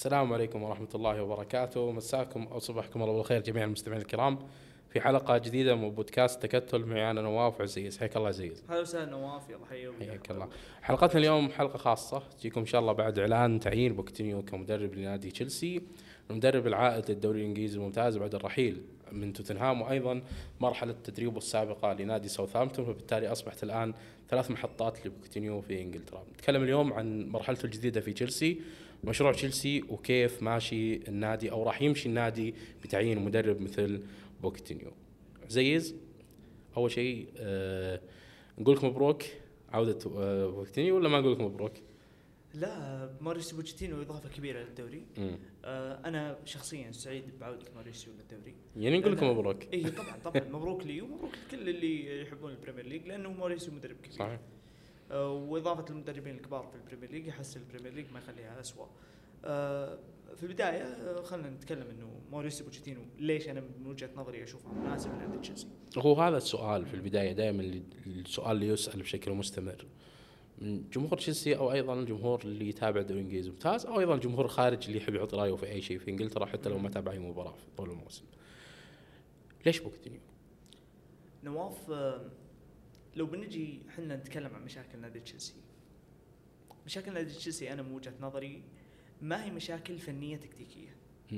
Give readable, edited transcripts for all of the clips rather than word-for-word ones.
السلام عليكم ورحمة الله وبركاته، مساكم أو صباحكم الله بالخير جميع المستمعين الكرام في حلقة جديدة من بودكاست تكتل. معي أنا نواف عزيز. حياك الله عزيز. هلا وسهلا نواف، يلا حيوي. حياك الله. حلقتنا اليوم حلقة خاصة تجيكم إن شاء الله بعد إعلان تعيين بوكيتينيو كمدرب لنادي تشيلسي، المدرب العائد للدوري الإنجليزي الممتاز بعد الرحيل من توتنهام، وأيضا مرحلة تدريبه السابقة لنادي ساوثهامبتون، فبالتالي أصبحت الآن 3 محطات لبوكيتينيو في إنجلترا. نتكلم اليوم عن مرحلته الجديدة في تشيلسي، مشروع تشيلسي، وكيف ماشي النادي أو راح يمشي النادي بتعيين مدرب مثل بوكيتينيو. عزيز، أول شيء نقول لك مبروك عودة بوكيتينيو ولا ما نقول لك مبروك؟ لا، ماريسيو بوتشيتينو إضافة كبيرة للدوري. أنا شخصيا سعيد بعودة ماريسيو للدوري. يعني نقول لك مبروك. إيه طبعا مبروك لي ومبروك لكل اللي يحبون البريمير ليج، لأنه ماريسيو مدرب كبير. صحيح. وإضافة المدربين الكبار في البريمير ليج يحسن البريمير ليج، ما يخليها أسوأ. في البداية خلنا نتكلم إنه ماريسيو بوتشيتينو ليش أنا من وجهة نظري أشوفه مناسب لنادي تشيلسي. هو هذا السؤال في البداية دائما، السؤال اللي يسأل بشكل مستمر من جمهور تشيلسي، أو أيضا الجمهور اللي يتابع الدوري الإنجليزي ممتاز، أو أيضا الجمهور الخارج اللي يحب يحط رأيه في أي شيء في إنجلترا حتى لو ما تابع أي مباراة في طول الموسم. ليش بوكيتينيو؟ نواف، لو بنجي حنا نتكلم عن مشاكل نادي تشيلسي، مشاكل نادي تشيلسي أنا من وجهة نظري ما هي مشاكل فنية تكتيكية.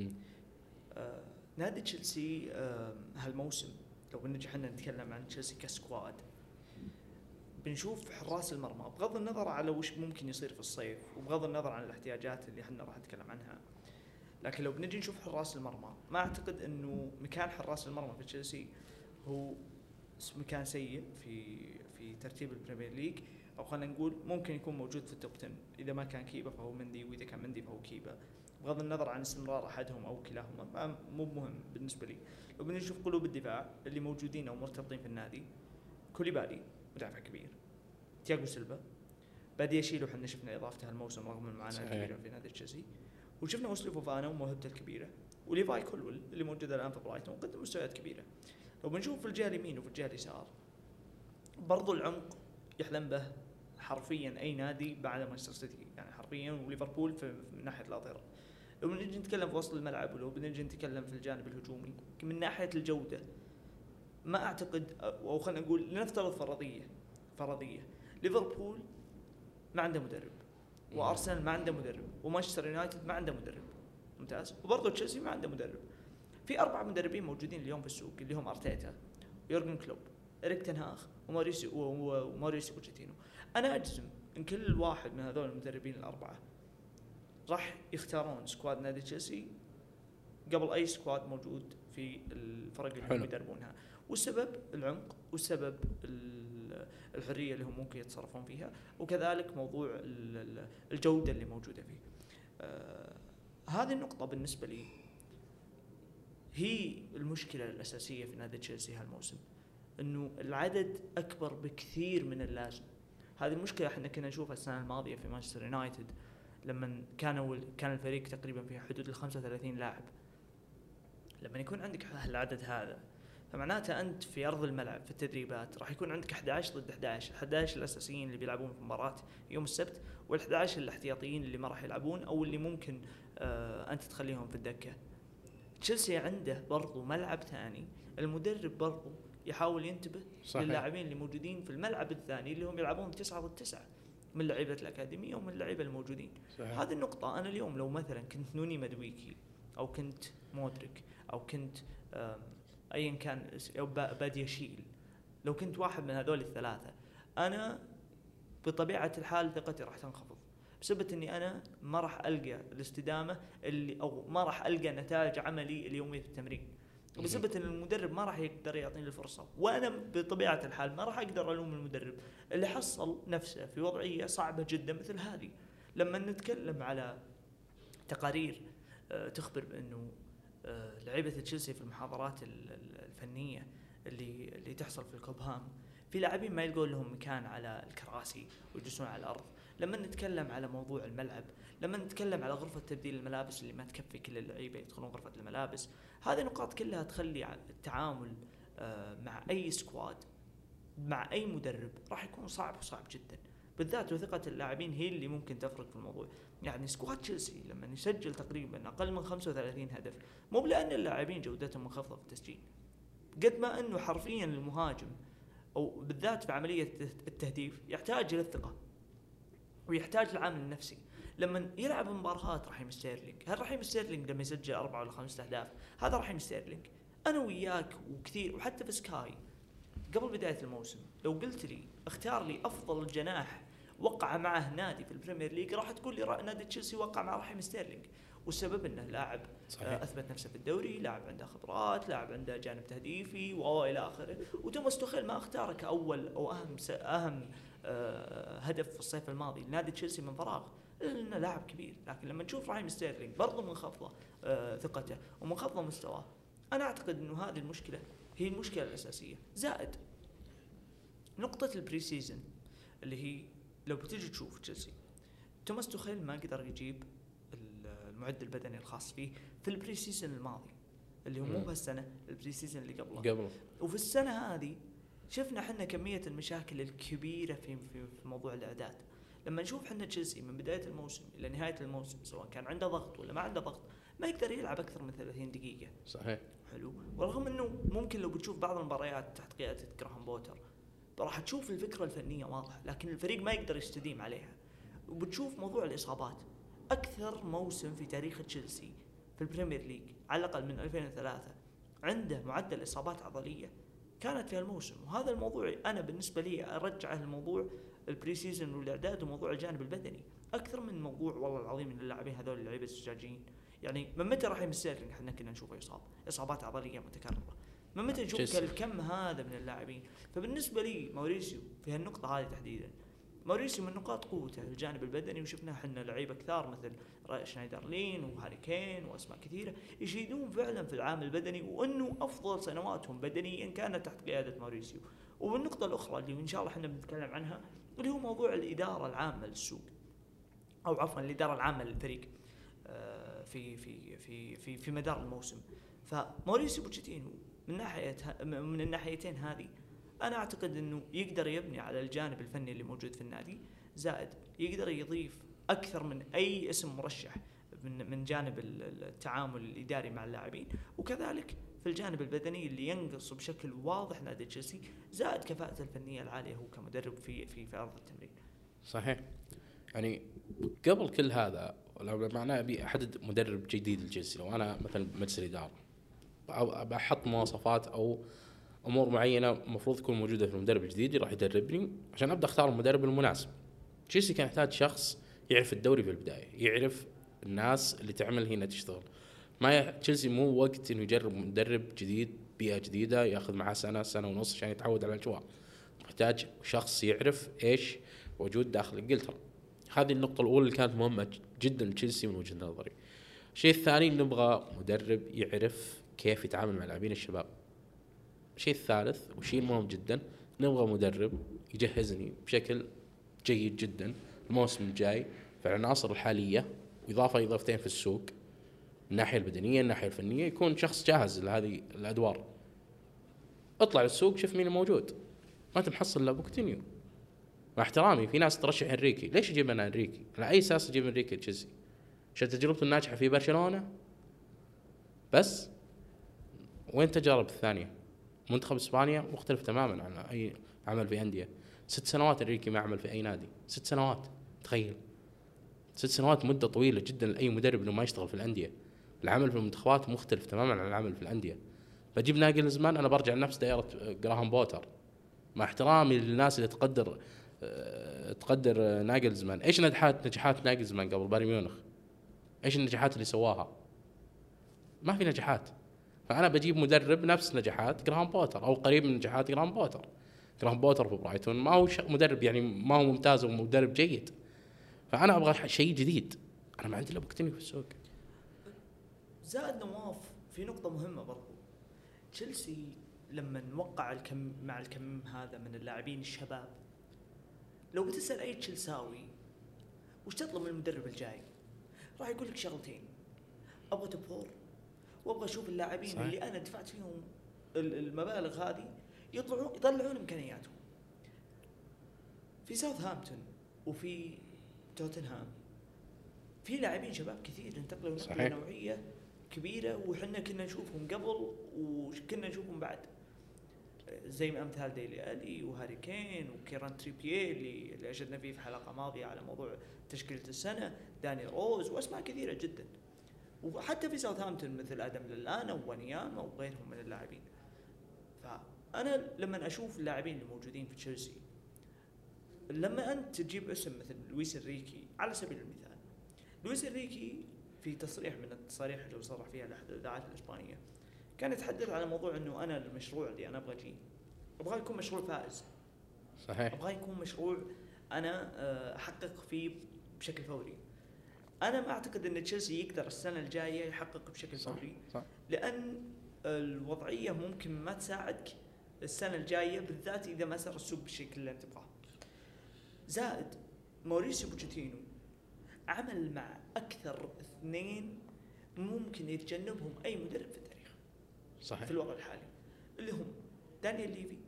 نادي تشيلسي هالموسم لو بنجي حنا نتكلم عن تشيلسي كسكواد، بنشوف حراس المرمى بغض النظر على وش ممكن يصير في الصيف وبغض النظر عن الاحتياجات اللي حنا راح نتكلم عنها، لكن لو بنجي نشوف حراس المرمى ما أعتقد أنه مكان حراس المرمى في تشيلسي هو مكان سيء في ترتيب البريمير ليج، أو خلينا نقول ممكن يكون موجود في التوب 10. إذا ما كان كيبا فهو مندي، وإذا كان مندي فهو كيبا، بغض النظر عن استمرار أحدهم أو كلاهما مو مهم بالنسبة لي. لو بنشوف قلوب الدفاع اللي موجودين أو مرتبطين في النادي، كوليبالي مدافع كبير، تياغو سيلفا، بادي يشيلو حنا شفنا إضافته هالموسم رغم المعاناة الكبيرة في نادي تشيلسي، وشفنا وصلي فوفانا وموهبته الكبيرة، وليفاي كولويل اللي موجود الآن في برايتون وقدم مستويات كبيرة. لو بنشوف في الجهة اليمين وفي الجهة اليسار، برضو العمق يحلم به حرفيا أي نادي بعد مانشستر سيتي، يعني حرفيا وليفربول من ناحية الأظهرة. لو بنجي نتكلم في وسط الملعب، ولو بنجي نتكلم في الجانب الهجومي من ناحية الجودة، ما أعتقد، أو خلينا نقول لنفترض فرضية ليفربول ما عنده مدرب، وأرسنال ما عنده مدرب، ومانشستر يونايتد ما عنده مدرب ممتاز، وبرضو تشيلسي ما عنده مدرب. في 4 مدربين موجودين اليوم في السوق اللي هم أرتيتا، يورجن كلوب، إريك تن هاغ، وماريسيو بوتشيتينو. أنا أجزم إن كل واحد من هذول المدربين ال4 راح يختارون سكواد نادي تشيلسي قبل أي سكواد موجود في الفرق اللي هم يدربونها، والسبب العمق، والسبب الحرية اللي هم ممكن يتصرفون فيها، وكذلك موضوع الجودة اللي موجودة فيه. هذه النقطة بالنسبة لي هي المشكلة الأساسية في نادي تشيلسي هالموسم، إنه العدد أكبر بكثير من اللازم. هذه المشكلة احنا كنا نشوفها السنة الماضية في مانشستر يونايتد لما كان الفريق تقريبا في حدود 35 لاعب. لما يكون عندك العدد هذا، فمعناته أنت في أرض الملعب في التدريبات راح يكون عندك 11 ضد 11 الأساسيين اللي بيلعبون في مباراة يوم السبت، وال11 الاحتياطيين اللي ما راح يلعبون أو اللي ممكن أنت تخليهم في الدكة. تشيلسي عنده برضو ملعب ثاني، المدرب برضو يحاول ينتبه للاعبين اللي موجودين في الملعب الثاني اللي هم يلعبون 9 ضد 9 من لعيبة الأكاديمية ومن اللعيبة الموجودين. صحيح. هذه النقطة أنا اليوم لو مثلا كنت نوني مدويكي أو كنت مودريك أو كنت أيا كان أو بادي يشيل، لو كنت واحد من هذول الثلاثة، أنا بطبيعة الحال ثقتي راح تنخفض، بسبب اني انا ما راح القى الاستدامه اللي او ما راح القى نتائج عملي اليومي في التمرين، وبسبب ان المدرب ما راح يقدر يعطيني الفرصه، وانا بطبيعه الحال ما راح اقدر الوم المدرب اللي حصل نفسه في وضعيه صعبه جدا مثل هذه. لما نتكلم على تقارير تخبر بانه لعيبه تشيلسي في المحاضرات الفنيه اللي تحصل في الكوبهام، في لاعبين ما يلقون لهم مكان على الكراسي ويجلسون على الارض. لما نتكلم على موضوع الملعب، لما نتكلم على غرفة تبديل الملابس اللي ما تكفي كل اللعيبة يدخلون غرفة الملابس، هذه نقاط كلها تخلي التعامل مع أي سكواد مع أي مدرب راح يكون صعب جدا. بالذات وثقة اللاعبين هي اللي ممكن تفرق في الموضوع. يعني سكواد تشيلسي لما يسجل تقريبا أقل من 35 هدف، مو لأن اللاعبين جودتهم منخفضة في التسجيل، قد ما أنه حرفيا المهاجم أو بالذات في عملية التهديف يحتاج إلى الثقة ويحتاج العامل النفسي. لما يلعب مباريات رحيم ستيرلينج، هل رحيم ستيرلينج لما يسجل 4 ولا 5 أهداف هذا رحيم ستيرلينج؟ أنا وياك وكثير وحتى في سكاي قبل بداية الموسم لو قلت لي اختار لي أفضل جناح وقع معه نادي في البريمير ليج راح تقول لي نادي تشيلسي وقع مع رحيم ستيرلينج. والسبب انه لاعب اثبت نفسه في الدوري، لاعب عنده خبرات، لاعب عنده جانب تهديفي والى اخره. وتوماس توخيل ما اختاره كاول او اهم هدف في الصيف الماضي لنادي تشيلسي من فراغ، لانه لاعب كبير. لكن لما نشوف رحيم ستيرلينج برضه منخفضه ثقته ومنخفضه مستواه، انا اعتقد انه هذه المشكله هي المشكله الاساسيه. زائد نقطه البري سيزن اللي هي لو بتيجي تشوف تشيلسي، توماس توخيل ما قدر يجيب المعد البدني الخاص فيه في البري سيزن الماضي اللي هو مو بهالسنه، البري سيزن اللي قبله. وفي السنه هذه شفنا احنا كميه المشاكل الكبيره في موضوع الاعداد. لما نشوف احنا تشيلسي من بدايه الموسم الى نهايه الموسم سواء كان عنده ضغط ولا ما عنده ضغط ما يقدر يلعب اكثر من 30 دقيقه. صحيح. حلو. ورغم انه ممكن لو بتشوف بعض المباريات تحت قياده جراهام بوتر راح تشوف الفكره الفنيه واضحه، لكن الفريق ما يقدر يستديم عليها. وبتشوف موضوع الاصابات، اكثر موسم في تاريخ تشيلسي في البريمير ليج على الاقل من 2003 عنده معدل اصابات عضليه كانت في الموسم. وهذا الموضوع انا بالنسبه لي ارجعه الموضوع البري سيزون والاعداد وموضوع الجانب البدني اكثر من موضوع والله العظيم ان اللاعبين هذول اللعيبه الزجاجين. يعني من متى رحيم ستيرلينج احنا كنا نشوفه يصاب اصابات عضليه متكرره؟ من متى نشوف الكم هذا من اللاعبين؟ فبالنسبه لي موريسيو في هالنقطه هذه تحديدا، موريسيو من نقاط قوته الجانب البدني، وشفنا احنا لعيبه كثار مثل شنايدرلين وهاري كين واسماء كثيره يشيدون فعلا في العامل البدني وانه افضل سنواتهم بدنيا كانت تحت قياده موريسيو. والنقطه الاخرى اللي ان شاء الله احنا بنتكلم عنها اللي هو موضوع الاداره العامه للسوق او عفوا الاداره العامه للفريق في مدار الموسم. فموريسيو بوتشيتينو من الناحيتين هذه أنا أعتقد أنه يقدر يبني على الجانب الفني اللي موجود في النادي، زائد يقدر يضيف أكثر من أي اسم مرشح من جانب التعامل الإداري مع اللاعبين، وكذلك في الجانب البدني اللي ينقص بشكل واضح نادي تشيلسي، زائد كفاءته الفنية العالية هو كمدرب في أرض التمرين. صحيح. يعني قبل كل هذا لو معناه أبي أحدد مدرب جديد لتشيلسي، لو أنا مثلا مجلس الإدارة بحط مواصفات أو امور معينه المفروض تكون موجوده في المدرب الجديد اللي راح يدربني عشان ابدا اختار المدرب المناسب. تشيلسي كان يحتاج شخص يعرف الدوري في البدايه، يعرف الناس اللي تعمل هنا تشتغل. ما تشيلسي مو وقت انه يجرب مدرب جديد بيئه جديده ياخذ معاه سنه ونص عشان يتعود على الاجواء. محتاج شخص يعرف ايش وجود داخل انجلترا. هذه النقطه الاولى اللي كانت مهمه جدا لتشيلسي من وجهه نظري. الشيء الثاني نبغى مدرب يعرف كيف يتعامل مع لاعبين الشباب. الشيء الثالث وشيء مهم جدا نبغى مدرب يجهزني بشكل جيد جدا الموسم الجاي في العناصر الحالية، وإضافتين في السوق الناحية البدنية الناحية الفنية، يكون شخص جاهز لهذه الأدوار. اطلع للسوق شوف مين موجود، ما تمحصل إلا بوكتينيو. مع احترامي في ناس ترشح انريكي، ليش اجيب انا انريكي؟ على اي اساس اجيب انريكي تشيلسي؟ عشان تجربته الناجحة في برشلونة بس؟ وين تجارب الثانية؟ منتخب اسبانيا مختلف تماما عن اي عمل في انديه. 6 سنوات انريكي ما عمل في اي نادي، 6 سنوات، تخيل 6 سنوات مده طويله جدا لاي مدرب انه ما يشتغل في الانديه. العمل في المنتخبات مختلف تماما عن العمل في الانديه. بجيب ناجلزمان انا برجع لنفس دائره جراهام بوتر. مع احترامي للناس اللي تقدر ناجلزمان، ايش نجاحات ناجلزمان قبل بايرن ميونخ؟ ايش النجاحات اللي سواها؟ ما في نجاحات. فأنا بجيب مدرب نفس نجاحات جراهام بوتر أو قريب من نجاحات جراهام بوتر. جراهام بوتر في برايتون ما هو مدرب يعني ما هو ممتاز ومدرب جيد. فأنا أبغى شيء جديد. أنا ما عندي إلا بوكتينيو في السوق. زائد نواف في نقطة مهمة برضو، تشيلسي لما نوقع مع الكم هذا من اللاعبين الشباب، لو بتسأل أي تشيلساوي وش تطلب من المدرب الجاي راح يقول لك شغلتين: أبغى تبور وابغى اشوف اللاعبين صحيح. اللي انا دفعت فيهم المبالغ هذه يطلعون امكانياتهم. في ساوثهامبتون وفي توتنهام في لاعبين شباب كثير انتقلوا صحيح. نقله نوعيه كبيره، وحنا كنا نشوفهم قبل وكنا نشوفهم بعد، زي امثال ديلي الي وهاري كين وكيران تريبيه اللي اجدنا فيه في حلقه ماضيه على موضوع تشكيله السنه، داني روز واسماء كثيره جدا، وحتى في ساوثهامبتون مثل ادم للانا وونياما وغيرهم من اللاعبين. فانا لما اشوف اللاعبين الموجودين في تشيلسي، لما انت تجيب اسم مثل لويس انريكي على سبيل المثال، لويس انريكي في تصريح من التصاريح اللي صرح فيها لاحد الاذاعات الاسبانيه كان يتحدث على موضوع انه انا المشروع اللي انا ابغى ابغى يكون مشروع فائز، صحيح. ابغى يكون مشروع انا احقق فيه بشكل فوري. انا ما اعتقد ان تشيلسي يقدر السنه الجايه يحقق بشكل فوري، صح. لان الوضعيه ممكن ما تساعدك السنه الجايه، بالذات اذا ما سار السوق بالشكل اللي انت تبغاه. زائد موريسيو بوتشيتينو عمل مع اكثر اثنين ممكن يتجنبهم اي مدرب في التاريخ صحيح. في الوضع الحالي، اللي هم دانيال ليفي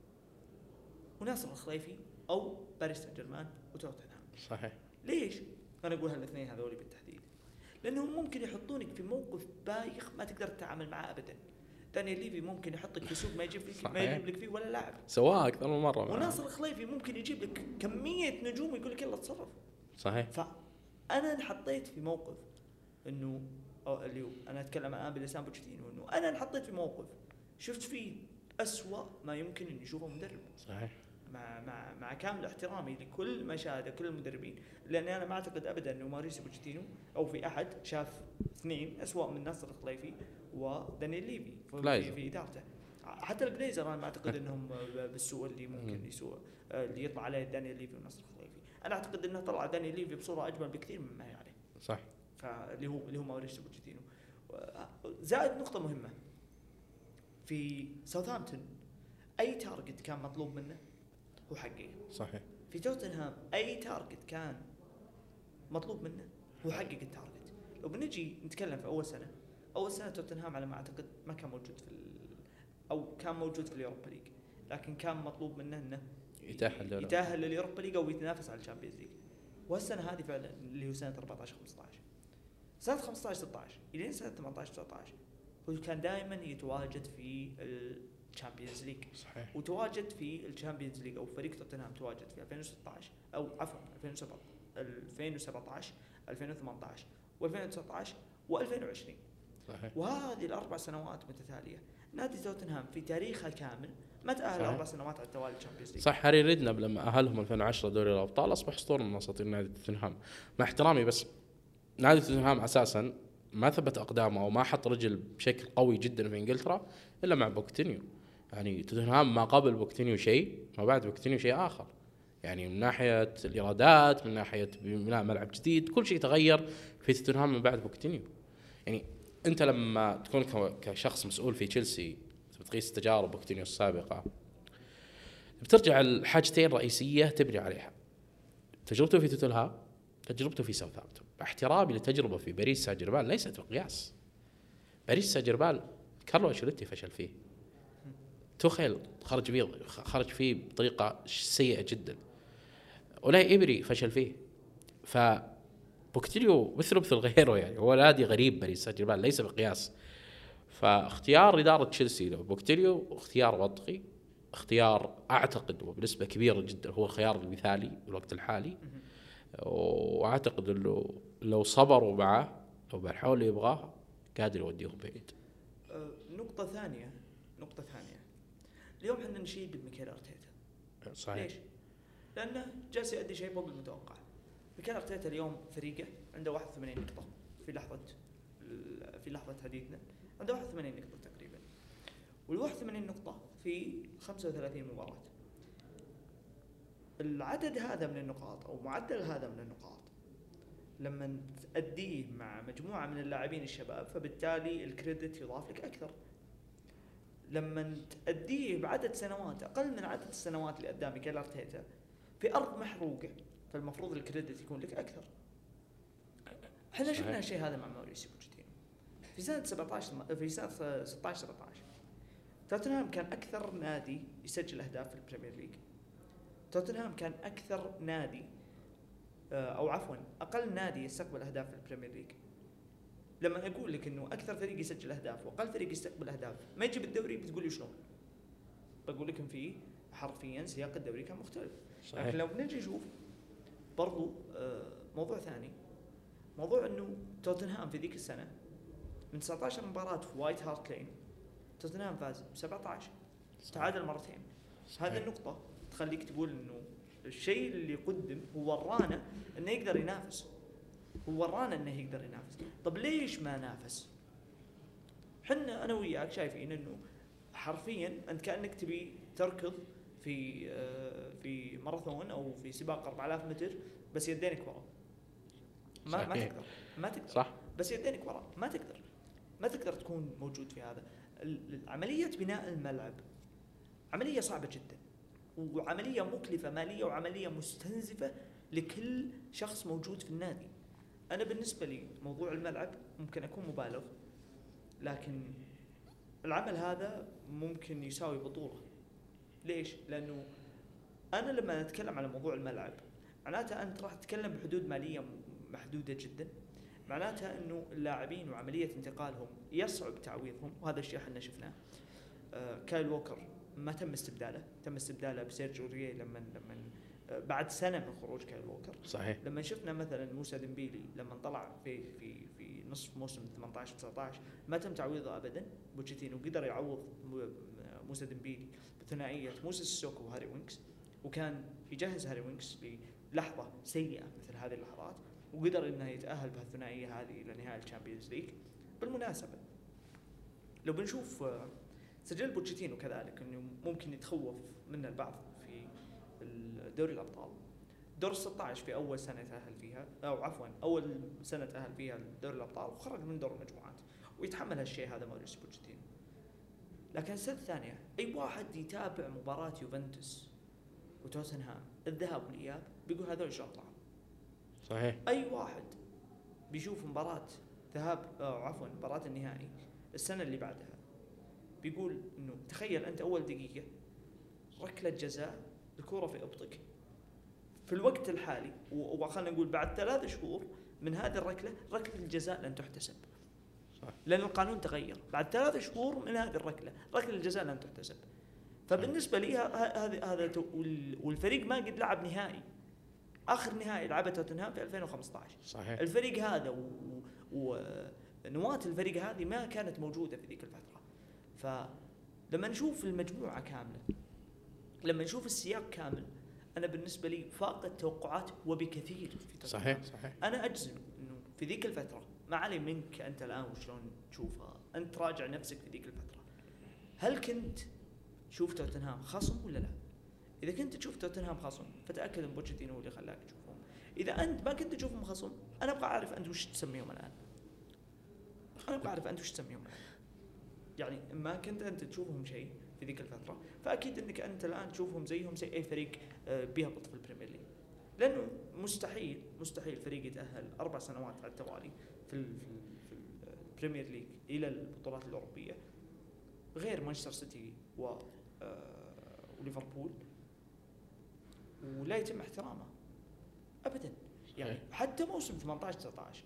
وناصر الخليفي او باريس سان جيرمان وتوتنهام. صحيح. ليش انا اقول هالاثنين هذول بالتحديد؟ لانهم ممكن يحطونك في موقف بايخ ما تقدر تتعامل معاه ابدا. دانيال ليفي ممكن يحطك في سوق ما يجيب فيك ما يجيب لك فيه ولا لاعب، سواء اكثر من مره. وناصر الخليفي ممكن يجيب لك كميه نجوم يقول لك يلا تصرف. صحيح. فانا انحطيت في موقف انه اللي هو انا اتكلم الان بلسان بوتشيتينو، انه انا انحطيت في موقف شفت فيه أسوأ ما يمكن ان يشوفه مدرب. صحيح. مع كامل احترامي لكل مشاهده كل المدربين، لاني انا ما اعتقد ابدا انه ماريسيو بوتشيتينو او في احد شاف اثنين أسوأ من ناصر الخليفي ودانيال ليفي في ادارته. حتى الجليزر انا ما اعتقد انهم بالسوء اللي ممكن يسوء اللي يطلع عليه دانيال ليفي وناصر الخليفي. انا اعتقد انه طلع دانيال ليفي بصوره اجمل بكثير مما هي عليه. صح. فاللي هو ماريسيو بوتشيتينو. زائد نقطه مهمه في ساوثهامبتون، اي تارجت كان مطلوب منه هو حققه. صحيح. في توتنهام اي تارجت كان مطلوب منه هو حقق التارجت. لو بنجي نتكلم في اول سنه توتنهام على ما اعتقد ما كان موجود او كان موجود في اليوروبا ليج، لكن كان مطلوب منه انه يتاهل لليوروبا ليج او يتنافس على الشامبيونز ليج. والسنه هذه فعلا اللي هو سنه 14 15 سنه 15 16 الى سنه 18 19 هو كان دائما يتواجد في الشامبيونز ليج. صحيح. وتواجد في الشامبيونز ليج او فريق توتنهام تواجد في 2016 او عفوا 2017 2018 و2019 و2020. صحيح. وهذه الاربع سنوات متتاليه نادي توتنهام في تاريخه كامل ما تاهل 4 سنوات على التوالي الشامبيونز ليج. صح. هاري ريدناب لما اهلهم 2010 دوري الابطال اصبح اسطوره من اساطير نادي توتنهام. مع احترامي بس نادي توتنهام اساسا ما ثبت اقدامه او ما حط رجل بشكل قوي جدا في انجلترا الا مع بوكتينيو. يعني توتنهام ما قبل بوكتينيو شيء، ما بعد بوكتينيو شيء اخر. يعني من ناحيه الايرادات، من ناحيه بناء ملعب جديد، كل شيء تغير في توتنهام من بعد بوكتينيو. يعني انت لما تكون كشخص مسؤول في تشيلسي بتقيس تجارب بوكتينيو السابقه، بترجع الحاجتين رئيسيه تبني عليها: تجربته في توتنهام، تجربته في ساوثهامبتون. احترامي لتجربه في باريس سان جيرمان ليست مقياس. باريس سان جيرمان كارلو أنشيلوتي فشل فيه، توخيل خرج فيه بطريقه سيئه جدا، ولاي إبري فشل فيه. فبوكتينيو مثل غيره، يعني هو نادي غريب باريس سان جيرمان ليس مقياس. فاختيار إدارة تشيلسي لبوكتينيو اختيار منطقي، اختيار أعتقد وبنسبة كبيرة جدا هو الخيار المثالي في الوقت الحالي. وأعتقد إنه لو صبروا معه أو بالحول اللي يبغاه قادر يوديهم بعيد. نقطة ثانية اليوم احنا نشيد بميكيل أرتيتا. صحيح. ليش؟ لأنه جالس يؤدي شيء فوق المتوقع. ميكيل أرتيتا اليوم فريقه عنده 81 نقطة في لحظة حديثنا، عنده 81 نقطة تقريبا، وال81 نقطة في 35 مباراة. العدد هذا من النقاط أو معدل هذا من النقاط لما تأديه مع مجموعة من اللاعبين الشباب فبالتالي الكريدت يضاف لك أكثر. لما تأديه بعدد سنوات أقل من عدد السنوات اللي أداه ميكيل أرتيتا في أرض محروقة فالمفروض الكريدت يكون لك أكثر. احنا شفنا الشيء هذا مع موريسيو بوتشيتينو في سنة 16-17. توتنهام كان أكثر نادي يسجل أهداف في البريمير ليج. توتنهام كان أكثر نادي او عفوا اقل نادي يستقبل اهداف في البريمير ليج. لما اقول لك انه اكثر فريق يسجل اهداف واقل فريق يستقبل اهداف ما يجيب الدوري، بتقول لي شلون؟ بقول لك ان في حرفيا سياق الدوري كان مختلف. صحيح. لكن لو بنجي نشوف برضو موضوع ثاني، موضوع انه توتنهام في ذيك السنه من 19 مباراه في وايت هارت لين توتنهام فاز ب 17، تعادل مرتين. هذه النقطه تخليك تقول انه الشيء اللي قدم هو ورانا انه يقدر ينافس، هو ورانا انه يقدر ينافس. طب ليش ما نافس؟ حنا انا وياك شايفين انه حرفيا انت كانك تبي تركض في ماراثون او في سباق 4000 متر بس يدينك ورا. ما تقدر صح. بس يدينك ورا ما تقدر تكون موجود في هذا. عمليه بناء الملعب عمليه صعبه جدا، وعمليه مكلفه ماليه، وعمليه مستنزفه لكل شخص موجود في النادي. انا بالنسبه لي موضوع الملعب ممكن اكون مبالغ، لكن العمل هذا ممكن يساوي بطوله. ليش؟ لانه انا لما اتكلم على موضوع الملعب معناتها انت راح تتكلم بحدود ماليه محدوده جدا، معناتها انه اللاعبين وعمليه انتقالهم يصعب تعويضهم، وهذا الشيء احنا شفناه. كايل ووكر ما تم استبداله بسيرجيو ريي لما بعد سنه من خروج كايل ووكر. صحيح. لما شفنا مثلا موسى ديمبيلي لما طلع في نصف موسم 18 19 ما تم تعويضه ابدا. بوتشيتينو قدر يعوض موسى ديمبيلي بثنائيه موسى سيسوكو وهاري وينكس، وكان يجهز هاري وينكس للحظه سيئه مثل هذه اللحظات، وقدر انه يتاهل بهالثنائيه هذه الى نهائي الشامبيونز ليج. بالمناسبه لو بنشوف سجل بوتشيتينو كذلك انه ممكن يتخوف منه البعض في دوري الابطال. دور 16 في اول سنه تاهل فيها، او عفوا اول سنه تاهل فيها دوري الابطال وخرج من دور المجموعات، ويتحمل هالشيء هذا ماوريسيو بوتشيتينو. لكن السنه الثانيه اي واحد يتابع مباراه يوفنتوس وتوتنهام الذهاب والاياب بيقول هذول شلون طلعوا. صحيح. اي واحد بيشوف مباراه ذهاب عفوا مباراه النهائي السنه اللي بعدها بيقول انه تخيل انت اول دقيقه ركله جزاء الكره في ابطك في الوقت الحالي، وخلنا نقول بعد 3 شهور من هذه الركله، ركله الجزاء لن تحتسب. صح. لان القانون تغير بعد 3 شهور من هذه الركله، ركله الجزاء لن تحتسب. فبالنسبه لي هذا والفريق ما قد لعب نهائي. اخر نهائي لعبه توتنهام في 2015. صحيح. الفريق هذا ونواة الفريق هذه ما كانت موجوده في ذيك الفتره. فلما نشوف المجموعه كامله، لما نشوف السياق كامل، انا بالنسبه لي فاق التوقعات وبكثير في توتنهام. صحيح. انا اجزم انه في ذيك الفتره، ما علي منك انت الان وشلون تشوفها، انت راجع نفسك في ذيك الفتره، هل كنت تشوف توتنهام خصم ولا لا؟ اذا كنت تشوف توتنهام خصم فتاكد ان بوتشيتينو هو اللي خلاك تشوفهم. اذا انت ما كنت تشوفهم خصم، انا ابغى اعرف انت وش تسميهم الان. يعني ما كنت انت تشوفهم شيء في ذيك الفتره، فاكيد انك انت الان تشوفهم زيهم زي اي فريق بيهبط في البريمير ليج. لانه مستحيل فريق يتاهل 4 سنوات على التوالي في البريمير ليج الى البطولات الاوروبيه غير مانشستر سيتي وليفربول ولا يتم احترامه ابدا. يعني حتى موسم 18 19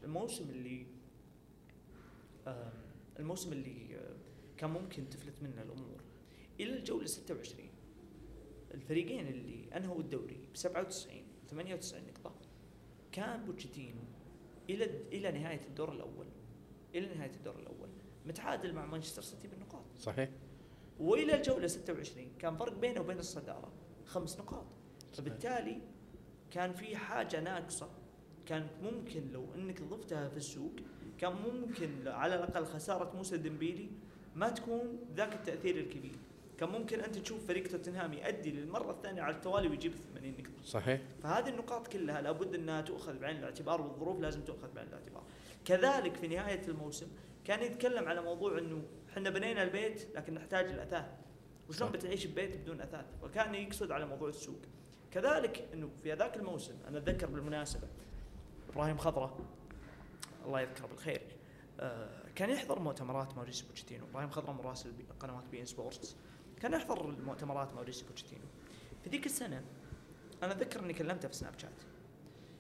الموسم اللي كان ممكن تفلت منه الامور الى الجوله 26، الفريقين اللي انهوا الدوري ب 97 و 98 نقطه، كان بوتشيتينو الى نهايه الدور الاول متعادل مع مانشستر سيتي بالنقاط. صحيح. والى الجوله 26 كان فرق بينه وبين الصداره 5 نقاط. فبالتالي كان في حاجه ناقصه، كانت ممكن لو انك ضفتها في السوق كان ممكن على الاقل خساره موسى ديمبيلي ما تكون ذاك التاثير الكبير. كان ممكن انت تشوف فريق توتنهام يؤدي للمره الثانيه على التوالي ويجيب 80 نقطه. صحيح. فهذه النقاط كلها لابد انها تؤخذ بعين الاعتبار، والظروف لازم تؤخذ بعين الاعتبار. كذلك في نهايه الموسم كان يتكلم على موضوع انه احنا بنينا البيت لكن نحتاج الاثاث، وشلون بتعيش ببيت بدون اثاث، وكان يقصد على موضوع السوق. كذلك انه في هذاك الموسم انا اتذكر بالمناسبه ابراهيم خضره الله يذكره بالخير كان يحضر مؤتمرات ماوريسيو بوتشيتينو. ابراهيم خضره مراسل قنوات بي ان سبورتس، كان يحضر مؤتمرات ماوريسيو بوتشيتينو. في ذيك السنه انا اتذكر اني كلمته في سناب شات،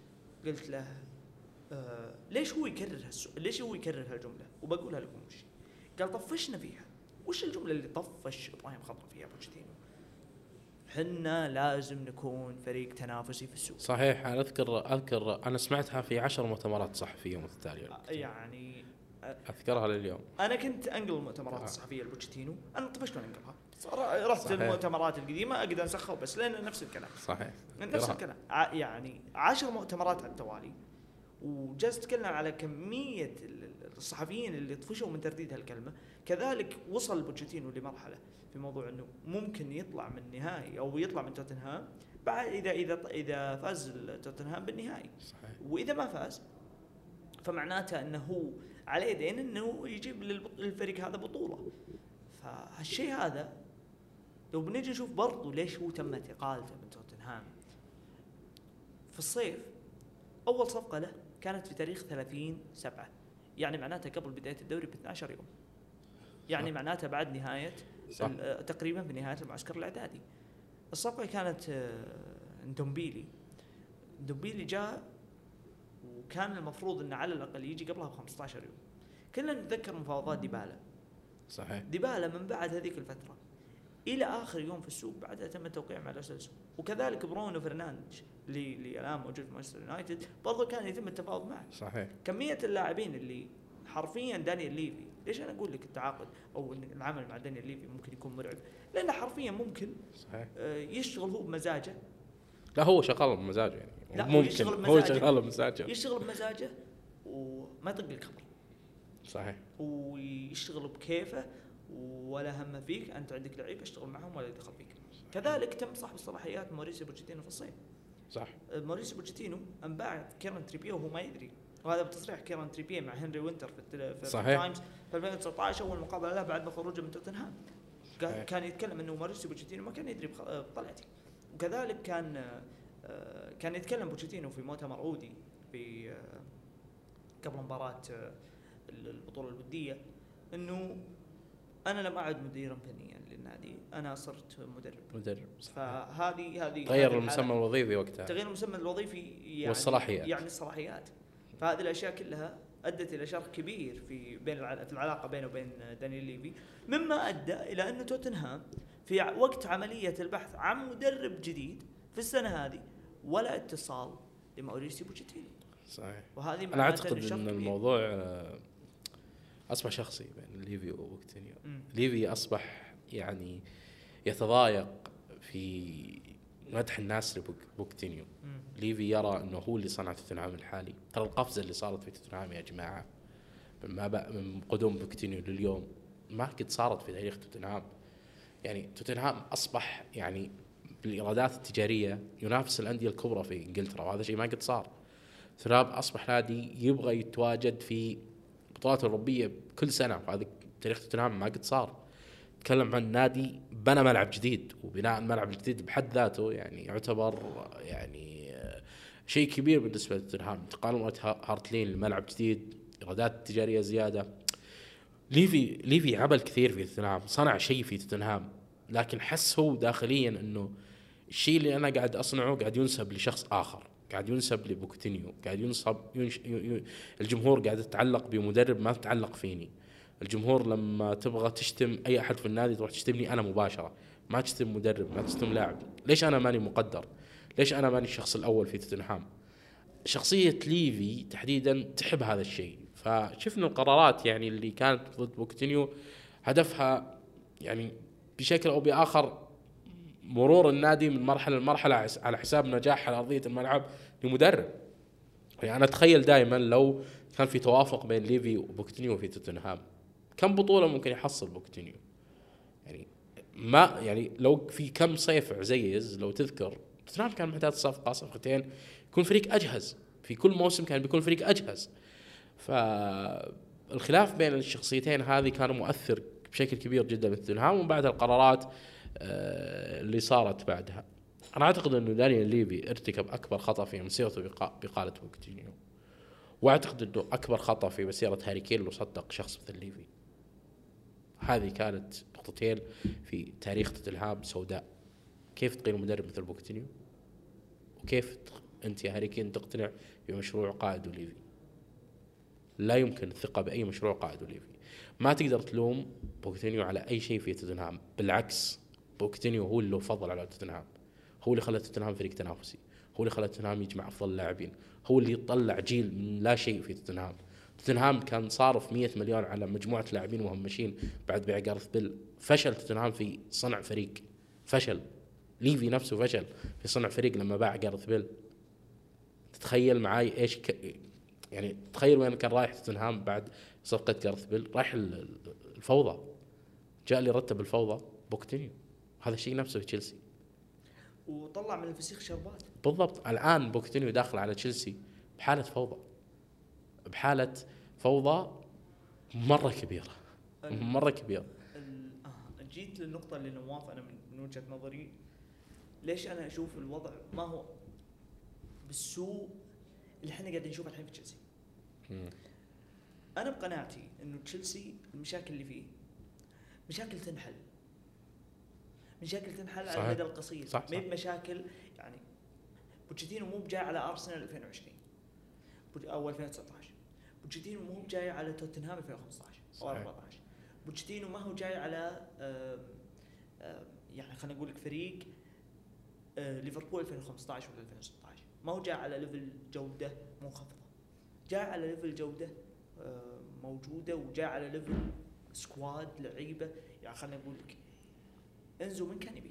قلت له ليش هو يكرر ليش هو يكرر هالجمله وبقولها لكم وش قال طفشنا فيها. وش الجمله اللي طفش ابراهيم خضر فيها بوتشيتينو؟ حنا لازم نكون فريق تنافسي في السوق. صحيح. انا اذكر انا سمعتها في 10 مؤتمرات صحفيه متتاليه يعني اذكرها لليوم. انا كنت انقل المؤتمرات الصحفيه لبوتشيتينو، انا طفشت وانا انقلها. رحت صحيح. المؤتمرات القديمه اقدر انسخها بس لان نفس الكلام. صحيح نفس الكلام. يعني 10 مؤتمرات على التوالي، وجلست اتكلم على كميه الصحفيين اللي طفشوا من ترديد هالكلمه. كذلك وصل بوتشيتينو لمرحله في موضوع انه ممكن يطلع من النهائي او يطلع من توتنهام بعد اذا فاز توتنهام بالنهائي. صحيح. واذا ما فاز فمعناته انه هو عليه دين انه يجيب للفريق هذا بطوله. فهالشيء هذا لو بنجي نشوف برضو ليش هو تمت اقالته من توتنهام في الصيف. اول صفقه له كانت في تاريخ 30/7، يعني معناته قبل بدايه الدوري ب12 يوم، يعني معناته بعد نهايه تقريبا في نهايه المعسكر الاعدادي. الصفقه كانت ندومبيلي جاء، وكان المفروض انه على الاقل يجي قبلها ب15 يوم. كلنا نتذكر مفاوضات ديبالا. صحيح. ديبالا من بعد هذيك الفتره الى اخر يوم في السوق بعدها تم التوقيع مع لوسيلسو. وكذلك برونو فرنانديز اللي الان موجود في مانشستر يونايتد برضه كان يتم التفاوض معه. صحيح. كميه اللاعبين اللي حرفيا دانيال ليفي، ليش انا اقول لك التعاقد او العمل مع دانيال ليفي ممكن يكون مرعب؟ لانه حرفيا ممكن صحيح. يشتغل هو بمزاجه. لا هو شغال بمزاجه يعني. لا ممكن هو شغال بمزاجه. يشتغل بمزاجه وما يطق لك خبر. صحيح. ويشتغل بكيفه ولا هم فيك، انت عندك لعيبه اشتغل معهم ولا يدخل فيك. كذلك تم صاحب الصلاحيات موريسيو بوتشيتينو في الصيف. صح. موريسيو بوتشيتينو انباع كيران تريبيه وهو ما يدري، وهذا بتصريح كيران تريبيه مع هنري وينتر في التايمز في 2019 اول مقابله له بعد ما خروجه من توتنهام. كان يتكلم انه موريسيو بوتشيتينو ما كان يدري بطلعتي. وكذلك كان يتكلم بوتشيتينو في مؤتمر عودي في قبل مباراه البطوله الوديه انه انا لم اعد مديرا فنيا للنادي، انا صرت مدرب. فهذه غير المسمى الوظيفي وقتها. تغيير المسمى الوظيفي يعني والصلاحيات. يعني الصلاحيات. فهذه الاشياء كلها ادت الى شرخ كبير في العلاقه بينه وبين دانيال ليفي، مما ادى الى ان توتنهام في وقت عمليه البحث عن مدرب جديد في السنه هذه ولا اتصال لماوريسيو بوتشيتينو. صحيح. وهذه انا اعتقد ان الموضوع اصبح شخصي بين ليفي وبوتشيتينو. ليفي اصبح يعني يتضايق في مدح الناس لبوتشيتينو. ليفي يرى انه هو اللي صنع توتنهام الحالي. ترى القفزه اللي صارت في توتنهام يا جماعه من قدوم بوتشيتينو لليوم ما قد صارت في تاريخ توتنهام. يعني توتنهام اصبح يعني بالايرادات التجاريه ينافس الانديه الكبرى في انجلترا، وهذا شيء ما قد صار. توتنهام اصبح نادي يبغى يتواجد في بطولات اوروبيه كل سنه، وهذا تاريخ توتنهام ما قد صار. تكلم عن نادي بنى ملعب جديد، وبناء الملعب الجديد بحد ذاته يعني يعتبر يعني شيء كبير بالنسبه لتوتنهام. انتقال هارت لين لملعب جديد، ايرادات تجاريه زياده. ليفي عمل كثير في توتنهام، صنع شيء في توتنهام، لكن حس هو داخليا انه الشيء اللي انا قاعد اصنعه قاعد ينسب لشخص اخر، قاعد ينسب لبوكتينيو، قاعد ينسب الجمهور قاعد يتعلق بمدرب ما تتعلق فيني. الجمهور لما تبغى تشتم اي احد في النادي تروح تشتمني انا مباشره، ما تشتم مدرب، ما تشتم لاعب. ليش انا ماني مقدر؟ ليش انا ماني الشخص الاول في توتنهام؟ شخصيه ليفي تحديدا تحب هذا الشيء. فشفنا القرارات يعني اللي كانت ضد بوكتينيو هدفها يعني بشكل او باخر مرور النادي من مرحله لمرحله على حساب نجاح على ارضيه الملعب لمدرب. يعني انا اتخيل دائما لو كان في توافق بين ليفي وبوكتينيو في توتنهام كم بطوله ممكن يحصل بوكتينيو؟ يعني ما يعني لو في كم صيف عزيز لو تذكر توتنهام كان محتاج صفقتين يكون فريق اجهز، في كل موسم كان بيكون فريق اجهز. فالخلاف بين الشخصيتين هذه كان مؤثر بشكل كبير جدا في توتنهام. وبعد القرارات اللي صارت بعدها انا اعتقد انه دانيال ليفي ارتكب اكبر خطأ في مسيرته بإقالة بوكتينيو، واعتقد انه اكبر خطأ في مسيرة هاري كين لو صدق شخص مثل ليفي. هذه كانت نقطتين في تاريخ توتنهام سوداء. كيف تقيل مدرب مثل بوكتينيو، وكيف أنت يا هاري كين تقتنع بمشروع قائد وليفي. لا يمكن الثقة بأي مشروع قائد وليفي. ما تقدر تلوم بوكيتينيو على أي شيء في توتنهام، بالعكس بوكيتينيو هو اللي فضل على توتنهام، هو اللي خلى توتنهام فريق تنافسي، هو اللي خلى توتنهام يجمع أفضل اللاعبين، هو اللي يطلع جيل من لا شيء في توتنهام. توتنهام كان صارف 100 مليون على مجموعة لاعبين مهمشين بعد بيع جارث بيل. فشل توتنهام في صنع فريق، فشل ليفي نفسه فشل في صنع فريق لما باع جارث بيل. تتخيل معاي ايش يعني تخيل وين كان رايح توتنهام بعد صفقة جارث بيل؟ رايح الفوضى. جاء اللي رتب الفوضى بوكيتينيو. هذا الشيء نفسه في تشيلسي، وطلع من الفسيخ شربات. بالضبط. الآن بوكيتينيو داخل على تشيلسي بحالة فوضى، بحالة فوضى مرة كبيرة، مرة كبيرة. جيت للنقطة اللي نواف أنا من وجهة نظري ليش أنا أشوف الوضع ما هو بالسوء اللي احنا قاعدين نشوفه الحين في تشيلسي. أنا بقناعتي إنه تشيلسي المشاكل اللي فيه مشاكل تنحل، مشاكل تنحل على المدى القصير، ما هي مشاكل يعني. بوتشيتينو مو بجاي على أرسنال 2020 أو 2019، بوتشيتينو مو بجاي على توتنهام 2015 أو 14، بوتشيتينو ما هو جاي على يعني خلينا نقول لك فريق ليفربول 2015 ولا 2016، ما هو جاي على ليفل جودة منخفضة، جاي على ليفل جودة موجودة، وجاي على ليفل سكواد لعيبة. يعني خلينا نقول لك انزو من كان يبي،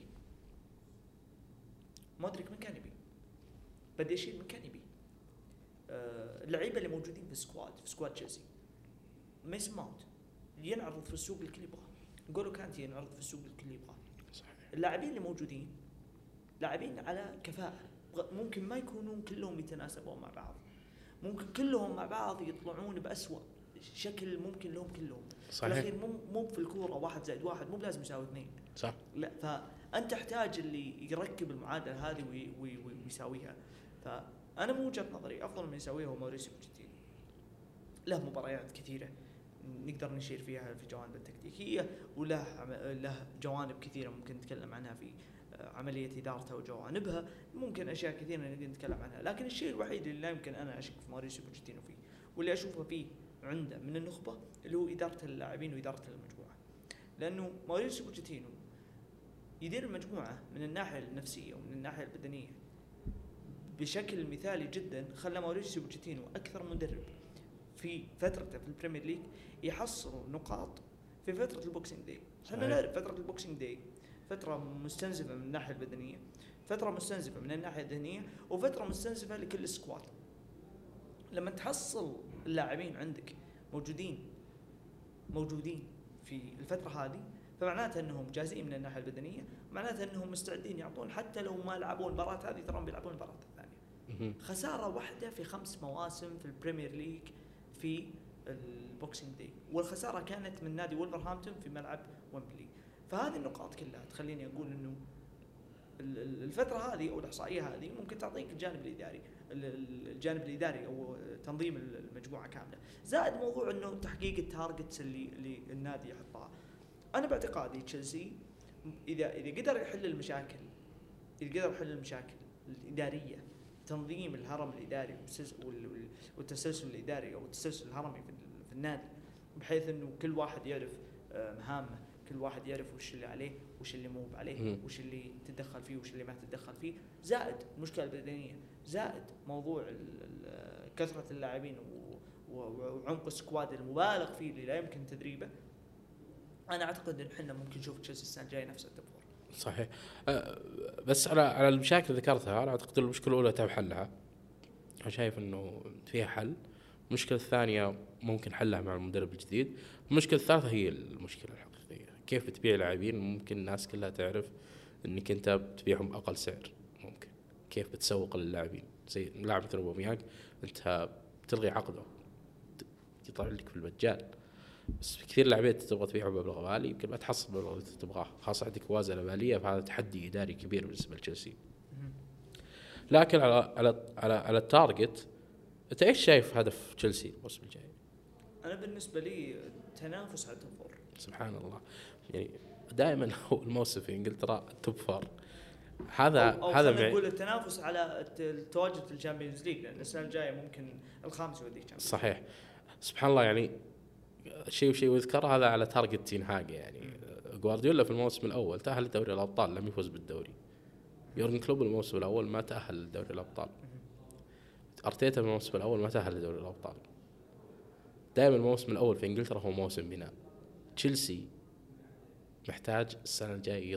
مودريك من كان يبي، بديشيل من كان يبي، اللعيبة اللي موجودين في سكواد تشيلسي، ميسون ماونت ينعرض في السوق الكل يبغاه، نقولوا كانتي ينعرض في السوق الكل يبغاه. اللاعبين اللي موجودين لاعبين على كفاءة، ممكن ما يكونون كلهم يتناسبون مع بعض، ممكن كلهم مع بعض يطلعون بأسوأ شكل ممكن لهم كلهم. صحيح. الأخير مو في الكورة 1+1 مو لازم يساوي 2. صح. لا، فأنت تحتاج اللي يركب المعادلة هذه ويساويها. فأنا من وجهة نظري أفضل من يساويها هو موريسيو بوتشيتينو. له مباريات كثيرة نقدر نشير فيها في جوانب التكتيكية، وله جوانب كثيرة ممكن نتكلم عنها في عملية إدارتها وجوانبها، ممكن أشياء كثيرة نقدر نتكلم عنها. لكن الشيء الوحيد اللي لا يمكن أنا أشك في موريسيو بوتشيتينو فيه واللي أشوفه فيه عنده من النخبة اللي هو إدارة اللاعبين وإدارة المجموعة. لأنه موريسيو بوتشيتينو يدير المجموعة من الناحية النفسية ومن الناحية البدنية بشكل مثالي جدا. خلى موريسيو بوتشيتينو أكثر مدرب في فترته في البريمير ليج يحصل نقاط في فترة البوكسينج داي. احنا نعرف فترة البوكسينج داي فترة مستنزفة من الناحية البدنية، فترة مستنزفة من الناحية الذهنية، وفترة مستنزفة لكل السكواد. لما تحصل اللاعبين عندك موجودين في الفترة هذه، فمعناته أنهم جاهزين من الناحية البدنية، معناته أنهم مستعدين يعطون حتى لو ما لعبوا المباراة هذه ترى بيلعبون المباراة الثانية. خسارة واحدة في 5 مواسم في البريمير ليج في البوكسينج داي، والخسارة كانت من نادي وولفرهامبتون في ملعب ويمبلي. فهذه النقاط كلها تخليني أقول أنه الفترة هذه أو الإحصائية هذه ممكن تعطيك الجانب الإداري أو تنظيم المجموعة كاملة، زائد موضوع أنه تحقيق التارجتس اللي النادي يحطها. أنا باعتقادي تشيلسي إذا قدر يحل المشاكل، الإدارية، تنظيم الهرم الإداري والتسلسل الإداري أو التسلسل الهرمي في النادي، بحيث أنه كل واحد يعرف مهامه، كل واحد يعرف وش اللي عليه وش اللي مو عليه، وش اللي تتدخل فيه وش اللي ما تتدخل فيه، زائد المشكلة البدنية، زائد موضوع كثرة اللاعبين وعمق السكواد المبالغ فيه اللي لا يمكن تدريبه. أنا أعتقد إن إحنا ممكن نشوف تشيلسي السنة الجاية نفس التطور. صحيح. بس على المشاكل اللي ذكرتها، أنا أعتقد المشكلة الأولى تم حلها، أنا شايف إنه فيها حل. المشكلة الثانية ممكن حلها مع المدرب الجديد. المشكلة الثالثة هي المشكلة الحقيقية، كيف بتبيع لاعبين ممكن الناس كلها تعرف إنك أنت بتبيعهم بأقل سعر ممكن، كيف بتسوق للاعبين. زي لاعب مثل أوباميانغ أنت بتلغي عقده يطلع لك في المجال، بس في كثير لاعبين تبغى تبيعه بمبلغ غالي يمكن ما تحصل بالمبلغ اللي تبغاه، خاصة عندك موازنة مالية، فهذا تحدي إداري كبير بالنسبة لتشيلسي. لكن على التارجت، أنت إيش شايف هدف تشيلسي الموسم الجاي؟ أنا بالنسبة لي تنافس على التوب فور. سبحان الله، يعني دائما هو الموسم في إنجلترا توب فور، أو خلينا نقول التنافس على التواجد في الشامبيونز ليج، لأن السنة الجاية ممكن الخامس يوديك. صحيح. سبحان الله، يعني شيء ويذكر هذا على تارجت تين هاج. يعني جوارديولا في الموسم الأول تأهل لدوري الأبطال، لم يفوز بالدوري. يورجن كلوب الموسم الأول ما تأهل لدوري الأبطال. أرتيتا في الموسم الأول ما تأهل لدوري الأبطال. دائما الموسم الأول في إنجلترا هو موسم بناء. تشيلسي محتاج السنة الجاية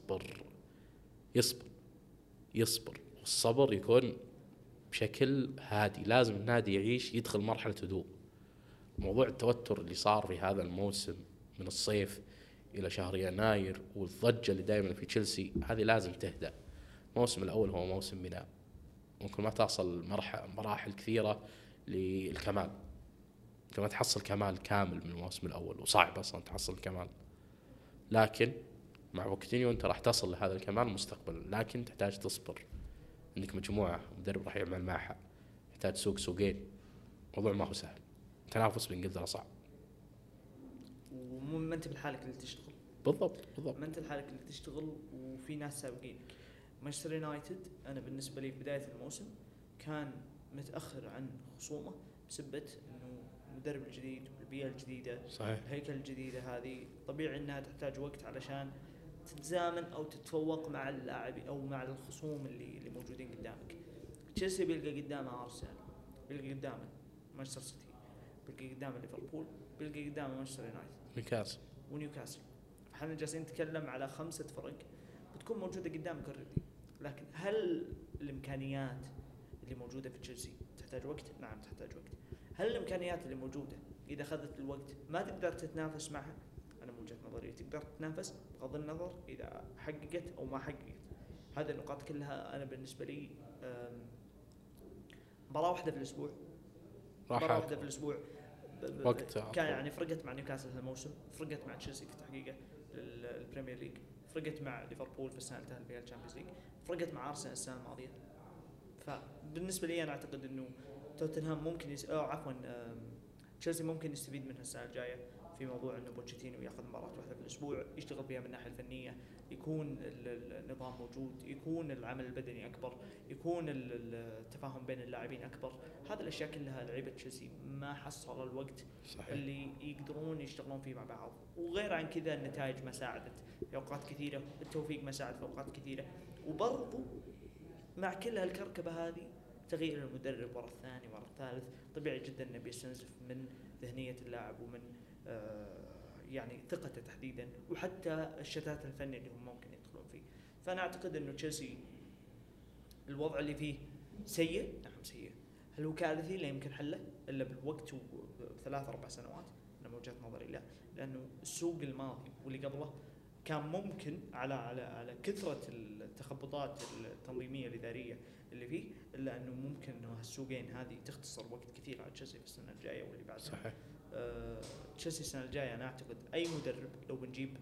يصبر، والصبر يكون بشكل هادي. لازم النادي يعيش، يدخل مرحلة هدوء. موضوع التوتر اللي صار في هذا الموسم من الصيف إلى شهر يناير والضجة اللي دائما في تشيلسي، هذه لازم تهدأ. الموسم الأول هو موسم بناء، ممكن ما تصل مراحل كثيرة للكمال، كما تحصل كمال كامل من الموسم الأول، وصعب أصلا تحصل الكمال، لكن مع بوكيتينيو أنت راح تصل لهذا الكمال مستقبلا. لكن تحتاج تصبر، عندك مجموعة، مدرب راح يعمل معها، يحتاج سوقين. موضوع ما هو سهل، التنافس بإنجلترا صعب. وما أنت بحالك اللي تشتغل. بالضبط. ما أنت بحالك اللي تشتغل، وفي ناس سابقينك. مانشستر يونايتد أنا بالنسبة لي في بداية الموسم كان متأخر عن خصومه بسبة إنه المدرب الجديد والبيئة الجديدة. صحيح. الهيكل الجديدة هذه طبيعي إنها تحتاج وقت علشان تتزامن أو تتفوق مع اللاعبين أو مع الخصوم اللي موجودين قدامك. تشيلسي بيلقى قدامه أرسنال، بيلقى قدامه مانشستر سيتي، بيلقى قدامه ليفربول، بيلقى قدامه مانشستر يونايتد ونيوكاسل. احنا جالسين نتكلم على 5 فرق بتكون موجودة قدامك already. لكن هل الإمكانيات اللي موجودة في تشيلسي تحتاج وقت؟ نعم تحتاج وقت. هل الإمكانيات اللي موجودة إذا أخذت الوقت ما تقدر تتنافس معها؟ أنا من وجهة نظري تقدر تتنافس بغض النظر إذا حققت أو ما حققت. هذه النقاط كلها أنا بالنسبة لي مباراة واحدة في الأسبوع، وقت كان يعني فرقت مع نيوكاسل هالموسم، فرقت مع تشيلسي في تحقيقه للبريمير ليج، فرقت مع ليفربول في السنة الثالثة في الشامبيونز ليج، فرقت مع أرسنال السنة الماضية. فبالنسبة لي أنا أعتقد إنه توتنهام ممكن تشيلسي ممكن يستفيد منها السنة الجاية في موضوع إنه بوتشيتينو يأخذ مباراة واحدة في الأسبوع يشتغل بها من الناحية الفنية، يكون النظام موجود، يكون العمل البدني أكبر، يكون التفاهم بين اللاعبين أكبر. هذه الأشياء كلها لعيبة تشيلسي ما حصل الوقت صحيح. اللي يقدرون يشتغلون فيه مع بعض. وغير عن كذا النتائج ما ساعدت في أوقات كثيرة، التوفيق ما ساعد في أوقات كثيرة. وبرضو مع كل هالكركبة هذه تغيير المدرب ورا الثاني ورا الثالث طبيعي جدا انه بيستنزف من ذهنية اللاعب ومن يعني ثقته تحديدا، وحتى الشتات الفني اللي هم ممكن يدخلون فيه. فأنا أعتقد إنه تشيلسي الوضع اللي فيه سيء، نعم سيء. هل هو كارثي لا يمكن حله إلا بالوقت و3-4 سنوات؟ أنا من وجهة نظري لا، لأنه السوق الماضي واللي قبله كان ممكن على كثرة التخبطات التنظيمية الإدارية اللي فيه، إلا أنه ممكن أنه هالسوقين هذه تختصر وقت كثير على تشيلسي في السنة الجاية واللي بعدها. صحيح. تشيلسي السنة الجاية أنا أعتقد أي مدرب لو بنجيب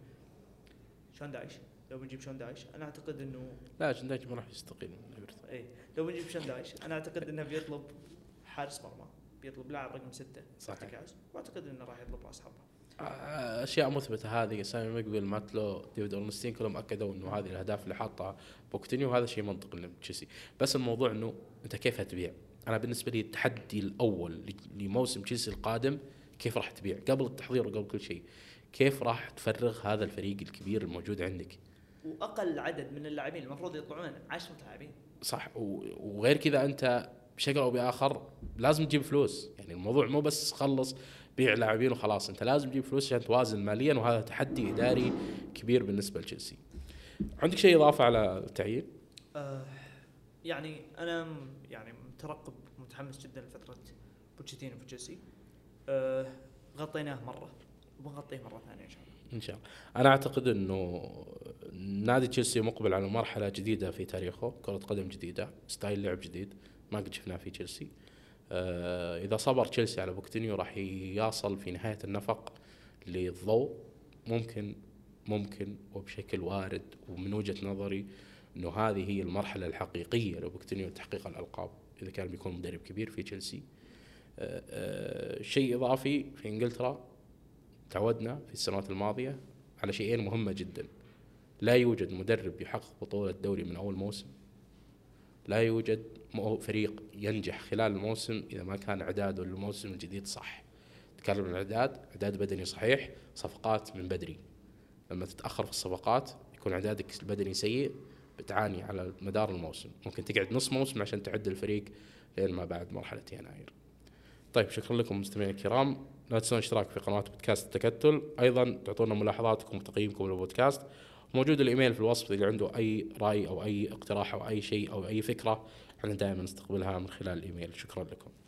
شون دايش أنا أعتقد إنه لا شون دايش ما راح يستقيل من إيفرتون. إيه لو بنجيب شون دايش أنا أعتقد إنه بيطلب حارس مرمى، بيطلب لاعب رقم 6 ارتكاز، وأعتقد إنه راح يطلب رأس حربة. أشياء مثبتة هذه، سامي مقبل، ماتلو، ديفيد أورنستين كلهم أكدوا إنه هذه الأهداف اللي حاطها بوكيتينيو هذا شيء منطقي لتشيلسي. بس الموضوع إنه أنت كيف هتبيع. أنا بالنسبة لي التحدي الأول لموسم تشيلسي القادم كيف راح تبيع قبل التحضير وقبل كل شيء، كيف راح تفرغ هذا الفريق الكبير الموجود عندك. وأقل عدد من اللاعبين المفروض يطلعون 10 لاعبين صح. وغير كذا أنت بشكل أو بآخر لازم تجيب فلوس. يعني الموضوع مو بس خلص بيع لاعبين وخلاص، أنت لازم تجيب فلوس عشان توازن ماليا، وهذا تحدي إداري كبير بالنسبة لتشيلسي. عندك شيء إضافة على التعيين؟ يعني أنا يعني مترقب متحمس جدا لفترة بوتشيتينو في تشيلسي. غطيناه مرة وبنغطيه مرة ثانية إن شاء الله. أنا أعتقد إنه نادي تشيلسي مقبل على مرحلة جديدة في تاريخه، كرة قدم جديدة، ستايل لعب جديد ما قد شفناه في تشيلسي. إذا صبر تشيلسي على بوكيتينيو راح يصل في نهاية النفق للضوء. ممكن وبشكل وارد، ومن وجهة نظري إنه هذه هي المرحلة الحقيقية لبوكيتينيو لتحقيق الألقاب إذا كان بيكون مدرب كبير في تشيلسي. شيء إضافي في إنجلترا، تعودنا في السنوات الماضية على شيئين مهمة جدا لا يوجد مدرب يحقق بطولة الدوري من أول موسم، لا يوجد فريق ينجح خلال الموسم إذا ما كان إعداده للموسم الجديد صح. تكلم عن إعداد بدني صحيح، صفقات من بدري. لما تتأخر في الصفقات يكون إعدادك البدني سيء، بتعاني على مدار الموسم، ممكن تقعد نص موسم عشان تعد الفريق لين ما بعد مرحلة يناير. طيب شكرا لكم مستمعينا الكرام، لا تنسون الاشتراك في قناة بودكاست التكتل، أيضا تعطونا ملاحظاتكم وتقييمكم للبودكاست. موجود الإيميل في الوصف اللي عنده أي رأي أو أي اقتراح أو أي شيء أو أي فكرة، احنا دائما نستقبلها من خلال الإيميل. شكرا لكم.